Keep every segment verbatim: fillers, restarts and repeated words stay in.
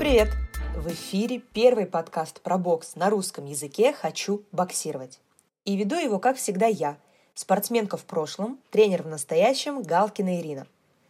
Привет! В эфире первый подкаст про бокс на русском языке «Хочу боксировать». И веду его, как всегда, я, спортсменка в прошлом, тренер в настоящем Галкина Ирина.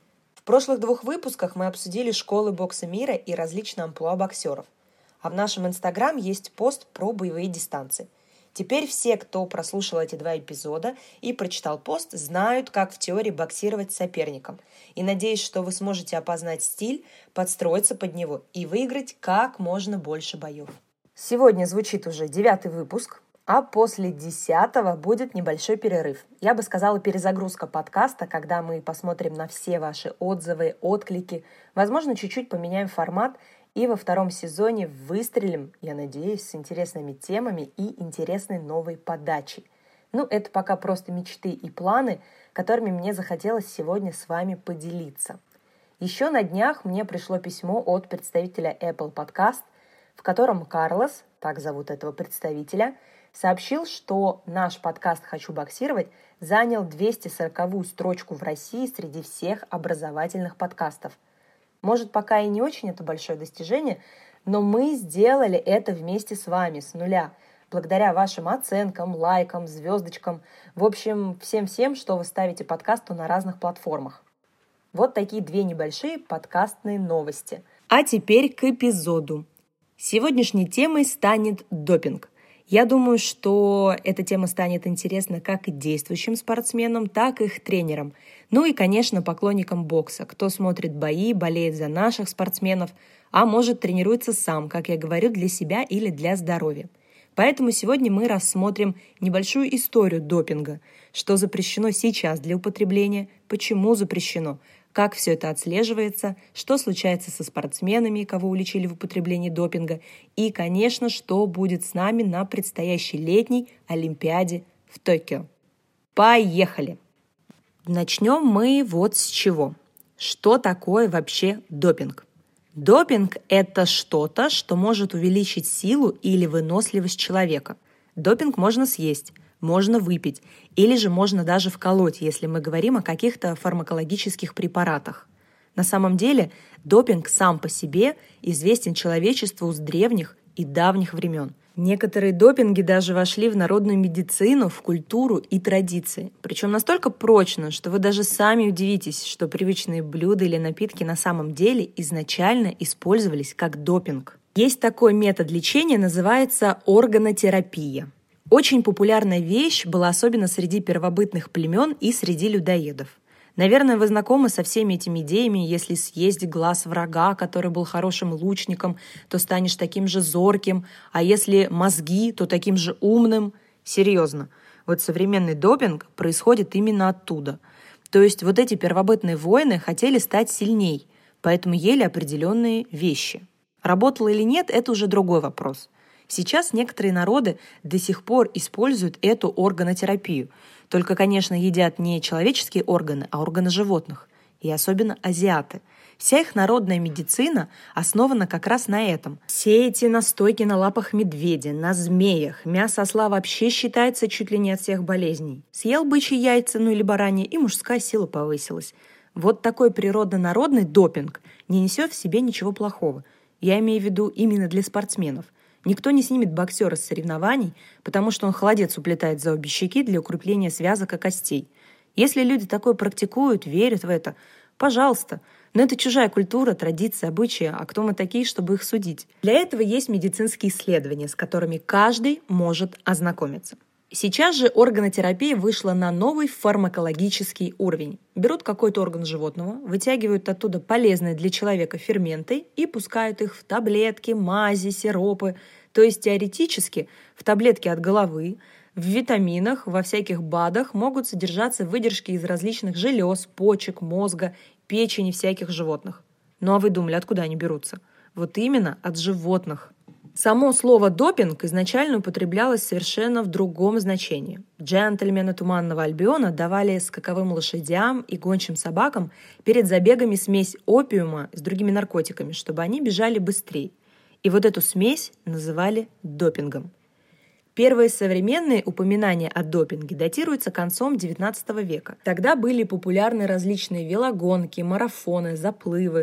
В прошлых двух выпусках мы обсудили школы бокса мира и различные амплуа боксеров. А в нашем инстаграм есть пост про боевые дистанции. Теперь все, кто прослушал эти два эпизода и прочитал пост, знают, как в теории боксировать с соперником. И надеюсь, что вы сможете опознать стиль, подстроиться под него и выиграть как можно больше боев. Сегодня звучит уже девятый выпуск, а после десятого будет небольшой перерыв. Я бы сказала, перезагрузка подкаста, когда мы посмотрим на все ваши отзывы, отклики. Возможно, чуть-чуть поменяем формат и во втором сезоне выстрелим, я надеюсь, с интересными темами и интересной новой подачей. Ну, это пока просто мечты и планы, которыми мне захотелось сегодня с вами поделиться. Еще на днях мне пришло письмо от представителя Apple Podcast, в котором Карлос, так зовут этого представителя, сообщил, что наш подкаст «Хочу боксировать» занял двести сороковую строчку в России среди всех образовательных подкастов. Может, пока и не очень это большое достижение, но мы сделали это вместе с вами, с нуля, благодаря вашим оценкам, лайкам, звездочкам, в общем, всем-всем, что вы ставите подкасту на разных платформах. Вот такие две небольшие подкастные новости. А теперь к эпизоду. Сегодняшней темой станет допинг. Я думаю, что эта тема станет интересна как и действующим спортсменам, так и их тренерам. Ну и, конечно, поклонникам бокса, кто смотрит бои, болеет за наших спортсменов, а может тренируется сам, как я говорю, для себя или для здоровья. Поэтому сегодня мы рассмотрим небольшую историю допинга, что запрещено сейчас для употребления, почему запрещено, как все это отслеживается, что случается со спортсменами, кого уличили в употреблении допинга, и, конечно, что будет с нами на предстоящей летней Олимпиаде в Токио. Поехали! Начнем мы вот с чего. Что такое вообще допинг? Допинг – это что-то, что может увеличить силу или выносливость человека. Допинг можно съесть, можно выпить, или же можно даже вколоть, если мы говорим о каких-то фармакологических препаратах. На самом деле допинг сам по себе известен человечеству с древних и давних времен. Некоторые допинги даже вошли в народную медицину, в культуру и традиции. Причем настолько прочно, что вы даже сами удивитесь, что привычные блюда или напитки на самом деле изначально использовались как допинг. Есть такой метод лечения, называется органотерапия. Очень популярная вещь была особенно среди первобытных племен и среди людоедов. Наверное, вы знакомы со всеми этими идеями. Если съесть глаз врага, который был хорошим лучником, то станешь таким же зорким, а если мозги, то таким же умным. Серьезно. Вот современный допинг происходит именно оттуда. То есть вот эти первобытные воины хотели стать сильней, поэтому ели определенные вещи. Работало или нет, это уже другой вопрос. Сейчас некоторые народы до сих пор используют эту органотерапию. Только, конечно, едят не человеческие органы, а органы животных. И особенно азиаты. Вся их народная медицина основана как раз на этом. Все эти настойки на лапах медведя, на змеях, мясо осла вообще считается чуть ли не от всех болезней. Съел бычьи яйца, ну или бараньи, и мужская сила повысилась. Вот такой природно-народный допинг не несет в себе ничего плохого. Я имею в виду именно для спортсменов. Никто не снимет боксера с соревнований, потому что он холодец уплетает за обе щеки для укрепления связок и костей. Если люди такое практикуют, верят в это, пожалуйста. Но это чужая культура, традиции, обычаи, а кто мы такие, чтобы их судить? Для этого есть медицинские исследования, с которыми каждый может ознакомиться. Сейчас же органотерапия вышла на новый фармакологический уровень. Берут какой-то орган животного, вытягивают оттуда полезные для человека ферменты и пускают их в таблетки, мази, сиропы. То есть теоретически в таблетке от головы, в витаминах, во всяких БАДах могут содержаться выдержки из различных желез, почек, мозга, печени всяких животных. Ну а вы думали, откуда они берутся? Вот именно от животных. Само слово «допинг» изначально употреблялось совершенно в другом значении. Джентльмены Туманного Альбиона давали скаковым лошадям и гончим собакам перед забегами смесь опиума с другими наркотиками, чтобы они бежали быстрее. И вот эту смесь называли допингом. Первые современные упоминания о допинге датируются концом девятнадцатого века. Тогда были популярны различные велогонки, марафоны, заплывы.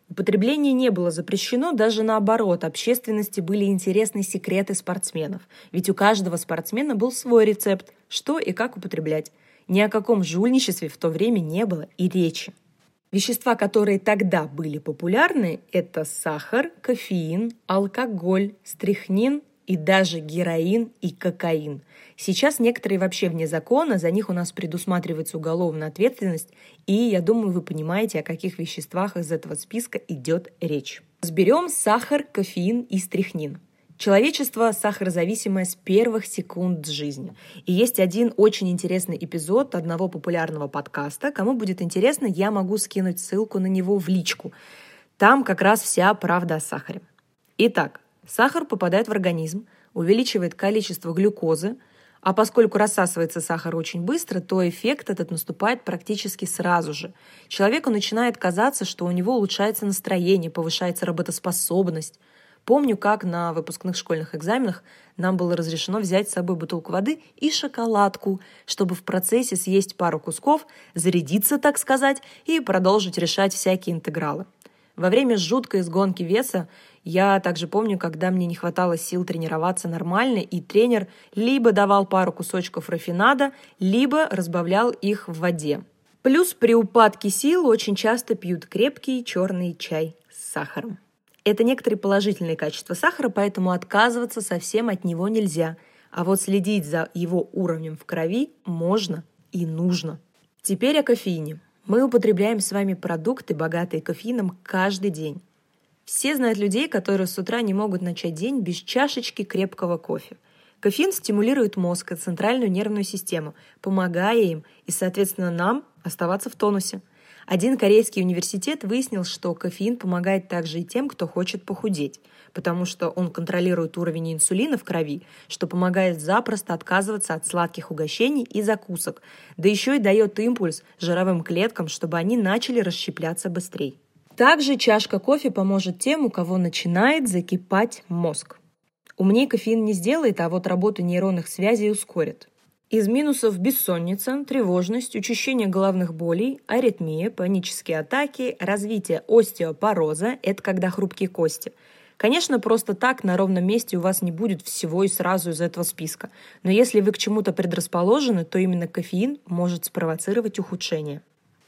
Употребление не было запрещено, даже наоборот, общественности были интересны секреты спортсменов. Ведь у каждого спортсмена был свой рецепт, что и как употреблять. Ни о каком жульничестве в то время не было и речи. Вещества, которые тогда были популярны, это сахар, кофеин, алкоголь, стрихнин и даже героин и кокаин. Сейчас некоторые вообще вне закона, за них у нас предусматривается уголовная ответственность, и я думаю, вы понимаете, о каких веществах из этого списка идет речь. Разберем сахар, кофеин и стрихнин. Человечество сахарозависимое с первых секунд жизни. И есть один очень интересный эпизод одного популярного подкаста. Кому будет интересно, я могу скинуть ссылку на него в личку. Там как раз вся правда о сахаре. Итак, сахар попадает в организм, увеличивает количество глюкозы, а поскольку рассасывается сахар очень быстро, то эффект этот наступает практически сразу же. Человеку начинает казаться, что у него улучшается настроение, повышается работоспособность. Помню, как на выпускных школьных экзаменах нам было разрешено взять с собой бутылку воды и шоколадку, чтобы в процессе съесть пару кусков, зарядиться, так сказать, и продолжить решать всякие интегралы. Во время жуткой сгонки веса я также помню, когда мне не хватало сил тренироваться нормально, и тренер либо давал пару кусочков рафинада, либо разбавлял их в воде. Плюс при упадке сил очень часто пьют крепкий черный чай с сахаром. Это некоторые положительные качества сахара, поэтому отказываться совсем от него нельзя. А вот следить за его уровнем в крови можно и нужно. Теперь о кофеине. Мы употребляем с вами продукты, богатые кофеином, каждый день. Все знают людей, которые с утра не могут начать день без чашечки крепкого кофе. Кофеин стимулирует мозг и центральную нервную систему, помогая им и, соответственно, нам оставаться в тонусе. Один корейский университет выяснил, что кофеин помогает также и тем, кто хочет похудеть, потому что он контролирует уровень инсулина в крови, что помогает запросто отказываться от сладких угощений и закусок, да еще и дает импульс жировым клеткам, чтобы они начали расщепляться быстрее. Также чашка кофе поможет тем, у кого начинает закипать мозг. Умнее кофеин не сделает, а вот работу нейронных связей ускорит. Из минусов бессонница, тревожность, учащение головных болей, аритмия, панические атаки, развитие остеопороза – это когда хрупкие кости. Конечно, просто так на ровном месте у вас не будет всего и сразу из этого списка. Но если вы к чему-то предрасположены, то именно кофеин может спровоцировать ухудшение.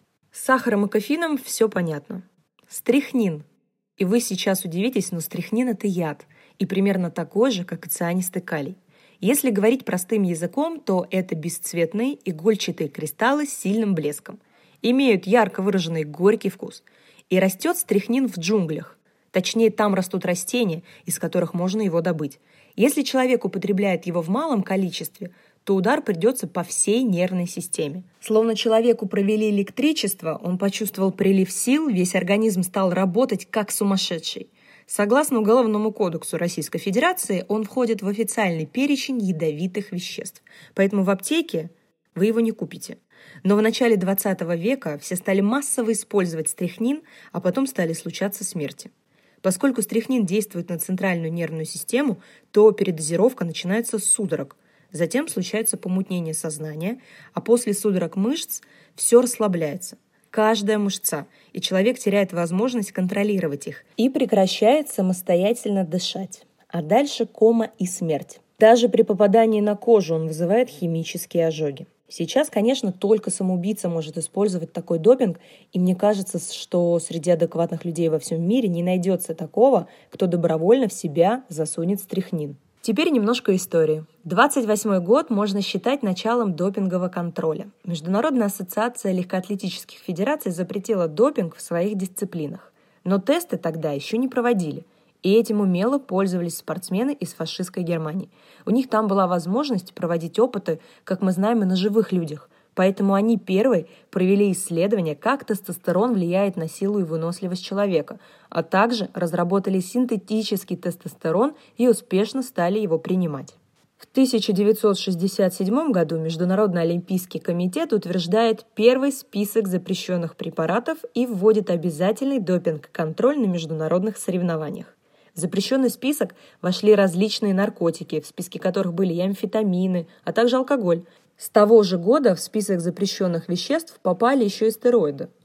С сахаром и кофеином все понятно. Стрихнин. И вы сейчас удивитесь, но стрихнин – это яд. И примерно такой же, как и цианистый калий. Если говорить простым языком, то это бесцветные игольчатые кристаллы с сильным блеском. Имеют ярко выраженный горький вкус. И растет стрихнин в джунглях. Точнее, там растут растения, из которых можно его добыть. Если человек употребляет его в малом количестве, то удар придется по всей нервной системе. Словно человеку провели электричество, он почувствовал прилив сил, весь организм стал работать как сумасшедший. Согласно Уголовному кодексу Российской Федерации, он входит в официальный перечень ядовитых веществ. Поэтому в аптеке вы его не купите. Но в начале двадцатого века все стали массово использовать стрихнин, а потом стали случаться смерти. Поскольку стрихнин действует на центральную нервную систему, то передозировка начинается с судорог. Затем случается помутнение сознания, а после судорог мышц все расслабляется. Каждая мышца, и человек теряет возможность контролировать их и прекращает самостоятельно дышать. А дальше кома и смерть. Даже при попадании на кожу он вызывает химические ожоги. Сейчас, конечно, только самоубийца может использовать такой допинг, и мне кажется, что среди адекватных людей во всем мире не найдется такого, кто добровольно в себя засунет стрихнин. Теперь немножко истории. двадцать восьмой год можно считать началом допингового контроля. Международная ассоциация легкоатлетических федераций запретила допинг в своих дисциплинах. Но тесты тогда еще не проводили. И этим умело пользовались спортсмены из фашистской Германии. У них там была возможность проводить опыты, как мы знаем, и на живых людях. Поэтому они первые провели исследование, как тестостерон влияет на силу и выносливость человека, а также разработали синтетический тестостерон и успешно стали его принимать. В тысяча девятьсот шестьдесят седьмом году Международный олимпийский комитет утверждает первый список запрещенных препаратов и вводит обязательный допинг-контроль на международных соревнованиях. В запрещенный список вошли различные наркотики, в списке которых были и амфетамины, а также алкоголь. С того же года в список запрещенных веществ попали еще и стероиды.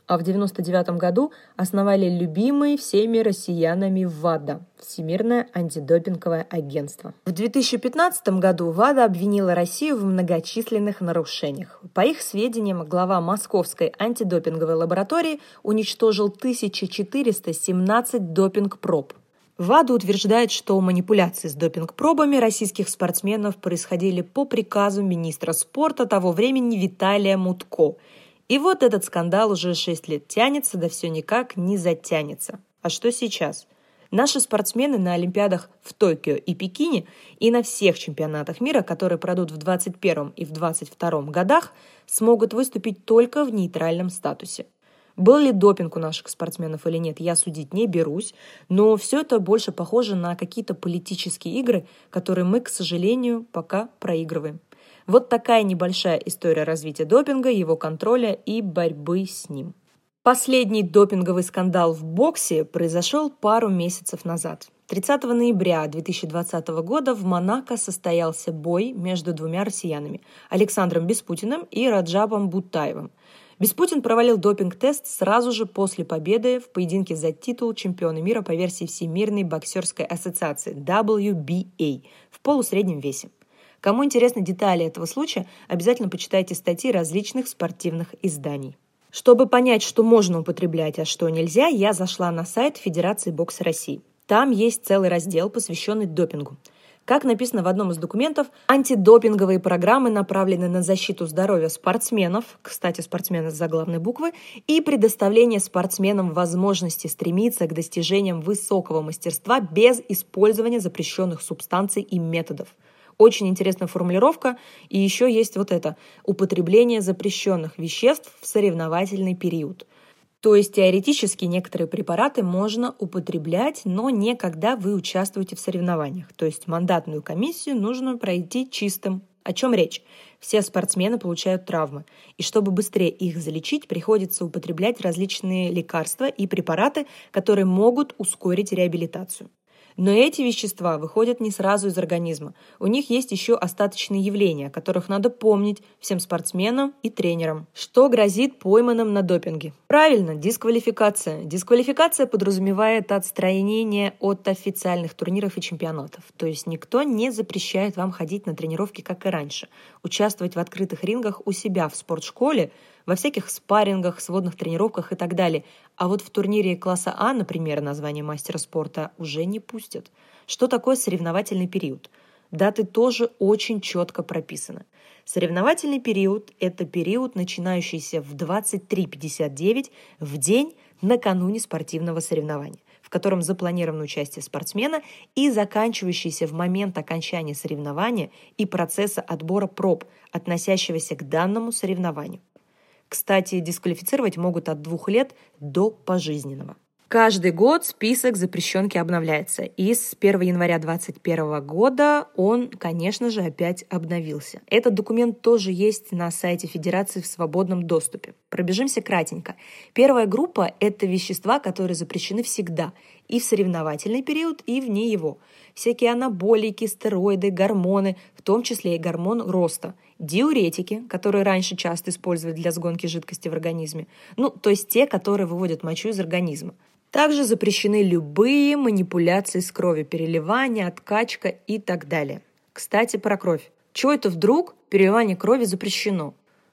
А в девяносто девятом году основали любимые всеми россиянами ВАДА – Всемирное антидопинговое агентство. В две тысячи пятнадцатом году ВАДА обвинила Россию в многочисленных нарушениях. По их сведениям, глава Московской антидопинговой лаборатории уничтожил тысяча четыреста семнадцать допинг-проб. ВАДА утверждает, что манипуляции с допинг-пробами российских спортсменов происходили по приказу министра спорта того времени Виталия Мутко. И вот этот скандал уже шесть лет тянется, да все никак не затянется. А что сейчас? Наши спортсмены на Олимпиадах в Токио и Пекине и на всех чемпионатах мира, которые пройдут в двадцать первом и в двадцать втором годах, смогут выступить только в нейтральном статусе. Был ли допинг у наших спортсменов или нет, я судить не берусь, но все это больше похоже на какие-то политические игры, которые мы, к сожалению, пока проигрываем. Вот такая небольшая история развития допинга, его контроля и борьбы с ним. Последний допинговый скандал в боксе произошел пару месяцев назад. тридцатого ноября две тысячи двадцатого года в Монако состоялся бой между двумя россиянами – Александром Беспутиным и Раджабом Бутаевым. Беспутин провалил допинг-тест сразу же после победы в поединке за титул чемпиона мира по версии Всемирной боксерской ассоциации дабл ю би эй в полусреднем весе. Кому интересны детали этого случая, обязательно почитайте статьи различных спортивных изданий. Чтобы понять, что можно употреблять, а что нельзя, я зашла на сайт Федерации бокса России. Там есть целый раздел, посвященный допингу. Как написано в одном из документов, антидопинговые программы направлены на защиту здоровья спортсменов, кстати, спортсмены с заглавной буквы, и предоставление спортсменам возможности стремиться к достижениям высокого мастерства без использования запрещенных субстанций и методов. Очень интересная формулировка. И еще есть вот это – употребление запрещенных веществ в соревновательный период. То есть теоретически некоторые препараты можно употреблять, но не когда вы участвуете в соревнованиях. То есть мандатную комиссию нужно пройти чистым. О чем речь? Все спортсмены получают травмы. И чтобы быстрее их залечить, приходится употреблять различные лекарства и препараты, которые могут ускорить реабилитацию. Но эти вещества выходят не сразу из организма. У них есть еще остаточные явления, о которых надо помнить всем спортсменам и тренерам. Что грозит пойманным на допинге? Правильно, дисквалификация. Дисквалификация подразумевает отстранение от официальных турниров и чемпионатов. То есть никто не запрещает вам ходить на тренировки, как и раньше, участвовать в открытых рингах у себя в спортшколе, во всяких спаррингах, сводных тренировках и так далее. А вот в турнире класса А, например, название мастера спорта уже не пустят. Что такое соревновательный период? Даты тоже очень четко прописаны. Соревновательный период – это период, начинающийся в двадцать три пятьдесят девять в день накануне спортивного соревнования, в котором запланировано участие спортсмена, и заканчивающийся в момент окончания соревнования и процесса отбора проб, относящегося к данному соревнованию. Кстати, дисквалифицировать могут от двух лет до пожизненного. Каждый год список запрещенки обновляется, и с первого января две тысячи двадцать первого года он, конечно же, опять обновился. Этот документ тоже есть на сайте Федерации в свободном доступе. Пробежимся кратенько. Первая группа – это вещества, которые запрещены всегда, и в соревновательный период, и вне его. Всякие анаболики, стероиды, гормоны, в том числе и гормон роста, диуретики, которые раньше часто использовали для сгонки жидкости в организме, ну, то есть те, которые выводят мочу из организма. Также запрещены любые манипуляции с кровью, переливание, откачка и так далее. Кстати, про кровь. Чего это вдруг переливание крови запрещено?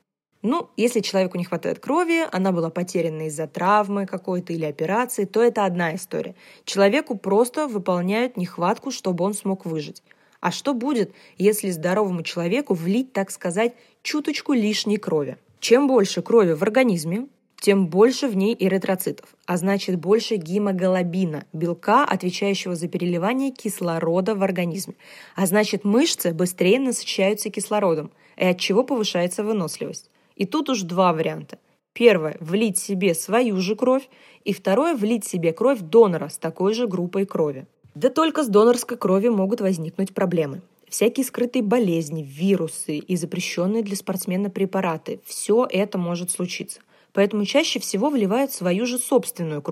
Ну, если человеку не хватает крови, она была потеряна из-за травмы какой-то или операции, то это одна история. Человеку просто выполняют нехватку, чтобы он смог выжить. А что будет, если здоровому человеку влить, так сказать, чуточку лишней крови? Чем больше крови в организме, тем больше в ней эритроцитов, а значит больше гемоглобина, белка, отвечающего за переливание кислорода в организме. А значит мышцы быстрее насыщаются кислородом, и от чего повышается выносливость. И тут уж два варианта. Первое – влить себе свою же кровь, и второе – влить себе кровь донора с такой же группой крови. Да только с донорской кровью могут возникнуть проблемы. Всякие скрытые болезни, вирусы и запрещенные для спортсмена препараты – все это может случиться. Поэтому чаще всего вливают свою же собственную кровь.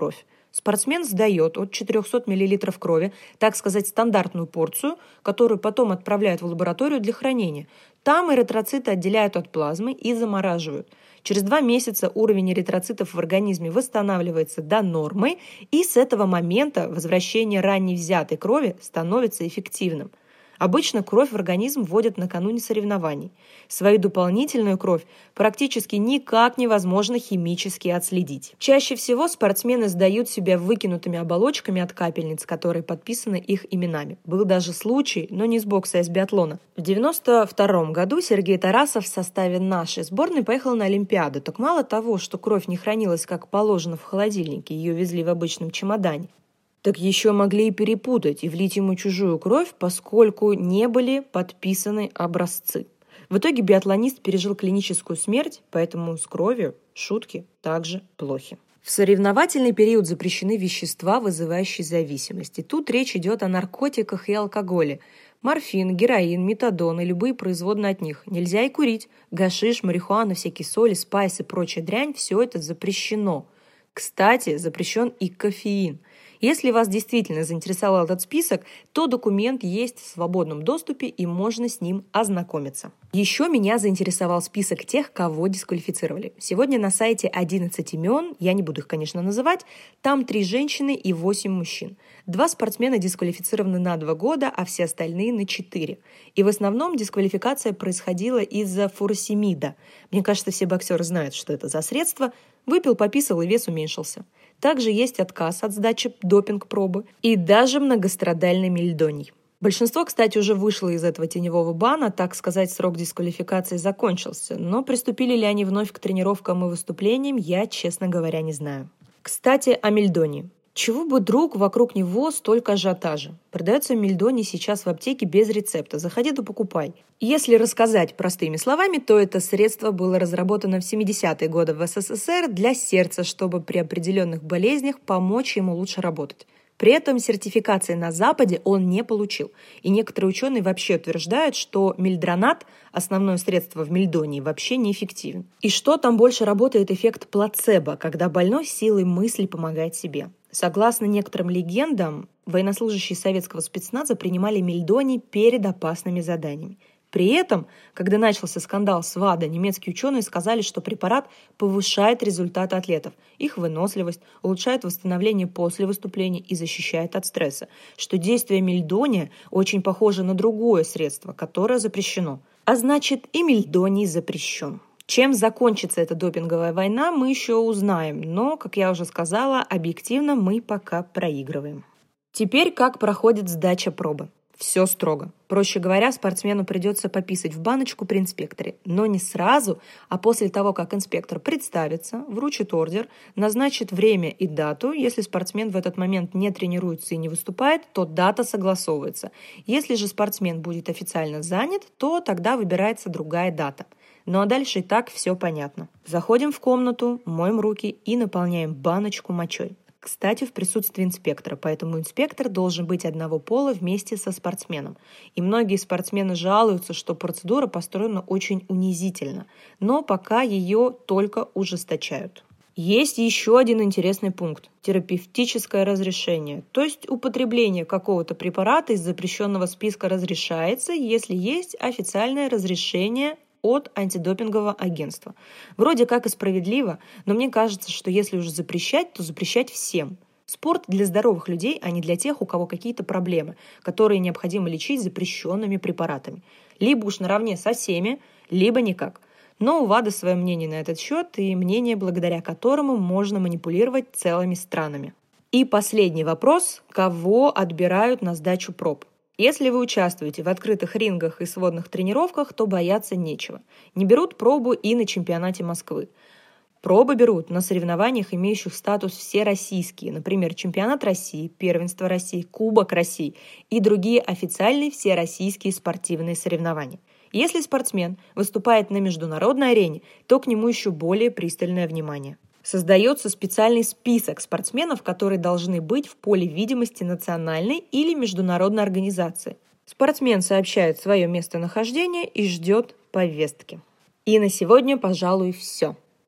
Спортсмен сдает от четырехсот миллилитров крови, так сказать, стандартную порцию, которую потом отправляют в лабораторию для хранения. Там эритроциты отделяют от плазмы и замораживают. Через два месяца уровень эритроцитов в организме восстанавливается до нормы, и с этого момента возвращение ранней взятой крови становится эффективным. Обычно кровь в организм вводят накануне соревнований. Свою дополнительную кровь практически никак невозможно химически отследить. Чаще всего спортсмены сдают себя выкинутыми оболочками от капельниц, которые подписаны их именами. Был даже случай, но не с бокса, а с биатлона. В девяносто втором году Сергей Тарасов в составе нашей сборной поехал на Олимпиаду. Так мало того, что кровь не хранилась как положено в холодильнике, ее везли в обычном чемодане, так еще могли и перепутать и влить ему чужую кровь, поскольку не были подписаны образцы. В итоге биатлонист пережил клиническую смерть, поэтому с кровью шутки также плохи. В соревновательный период запрещены вещества, вызывающие зависимость. И тут речь идет о наркотиках и алкоголе. Морфин, героин, метадон и любые производные от них. Нельзя и курить. Гашиш, марихуана, всякие соли, спайс и прочая дрянь – все это запрещено. Кстати, запрещен и кофеин. Если вас действительно заинтересовал этот список, то документ есть в свободном доступе и можно с ним ознакомиться. Еще меня заинтересовал список тех, кого дисквалифицировали. Сегодня на сайте одиннадцать имен, я не буду их, конечно, называть, там три женщины и восемь мужчин. Два спортсмена дисквалифицированы на два года, а все остальные на четыре. И в основном дисквалификация происходила из-за фуросемида. Мне кажется, все боксеры знают, что это за средство. Выпил, пописал и вес уменьшился. Также есть отказ от сдачи допинг-пробы и даже многострадальный мельдоний. Большинство, кстати, уже вышло из этого теневого бана, так сказать, срок дисквалификации закончился, но приступили ли они вновь к тренировкам и выступлениям, я, честно говоря, не знаю. Кстати, о мельдонии. Чего бы вдруг вокруг него столько ажиотажа? Продается мельдоний сейчас в аптеке без рецепта. Заходи да покупай. Если рассказать простыми словами, то это средство было разработано в семидесятые годы в СССР для сердца, чтобы при определенных болезнях помочь ему лучше работать. При этом сертификации на Западе он не получил. И некоторые ученые вообще утверждают, что мельдронат, основное средство в мельдонии, вообще неэффективен. И что там больше работает эффект плацебо, когда больной силой мысли помогает себе. Согласно некоторым легендам, военнослужащие советского спецназа принимали мельдоний перед опасными заданиями. При этом, когда начался скандал с ВАДА, немецкие ученые сказали, что препарат повышает результаты атлетов, их выносливость, улучшает восстановление после выступления и защищает от стресса, что действие мельдония очень похоже на другое средство, которое запрещено. А значит, и мельдоний запрещен. Чем закончится эта допинговая война, мы еще узнаем, но, как я уже сказала, объективно мы пока проигрываем. Теперь как проходит сдача пробы? Все строго. Проще говоря, спортсмену придется пописать в баночку при инспекторе, но не сразу, а после того, как инспектор представится, вручит ордер, назначит время и дату. Если спортсмен в этот момент не тренируется и не выступает, то дата согласовывается. Если же спортсмен будет официально занят, то тогда выбирается другая дата. Ну а дальше и так все понятно. Заходим в комнату, моем руки и наполняем баночку мочой. Кстати, в присутствии инспектора, поэтому инспектор должен быть одного пола вместе со спортсменом. И многие спортсмены жалуются, что процедура построена очень унизительно, но пока ее только ужесточают. Есть еще один интересный пункт – терапевтическое разрешение. То есть употребление какого-то препарата из запрещенного списка разрешается, если есть официальное разрешение от антидопингового агентства. Вроде как и справедливо, но мне кажется, что если уж запрещать, то запрещать всем. Спорт для здоровых людей, а не для тех, у кого какие-то проблемы, которые необходимо лечить запрещенными препаратами. Либо уж наравне со всеми, либо никак. Но у ВАДА свое мнение на этот счет, и мнение, благодаря которому можно манипулировать целыми странами. И последний вопрос – кого отбирают на сдачу проб? Если вы участвуете в открытых рингах и сводных тренировках, то бояться нечего. Не берут пробу и на чемпионате Москвы. Пробы берут на соревнованиях, имеющих статус всероссийские, например, чемпионат России, первенство России, Кубок России и другие официальные всероссийские спортивные соревнования. Если спортсмен выступает на международной арене, то к нему еще более пристальное внимание. Создается специальный список спортсменов, которые должны быть в поле видимости национальной или международной организации. Спортсмен сообщает свое местонахождение и ждет повестки. И на сегодня, пожалуй, все.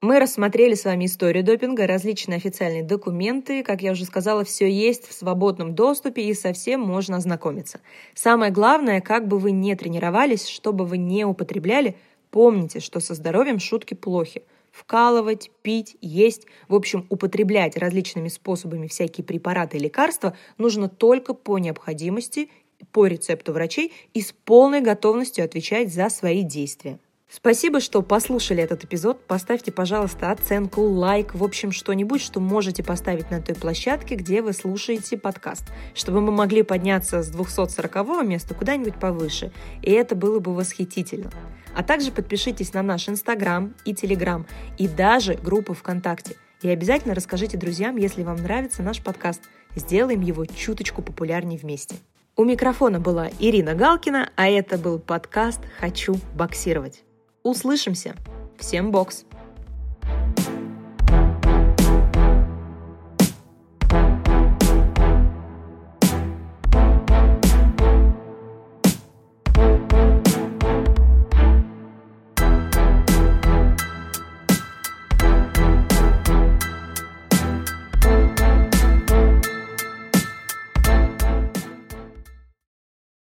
Мы рассмотрели с вами историю допинга, различные официальные документы. Как я уже сказала, все есть в свободном доступе и со всем можно ознакомиться. Самое главное, как бы вы ни тренировались, что бы вы ни употребляли, помните, что со здоровьем шутки плохи. Вкалывать, пить, есть, в общем, употреблять различными способами всякие препараты и лекарства нужно только по необходимости, по рецепту врачей и с полной готовностью отвечать за свои действия. Спасибо, что послушали этот эпизод. Поставьте, пожалуйста, оценку, лайк, в общем, что-нибудь, что можете поставить на той площадке, где вы слушаете подкаст, чтобы мы могли подняться с двухсот сорокового места куда-нибудь повыше, и это было бы восхитительно. А также подпишитесь на наш Инстаграм и Телеграм, и даже группу ВКонтакте. И обязательно расскажите друзьям, если вам нравится наш подкаст. Сделаем его чуточку популярнее вместе. У микрофона была Ирина Галкина, а это был подкаст «Хочу боксировать». Услышимся! Всем бокс!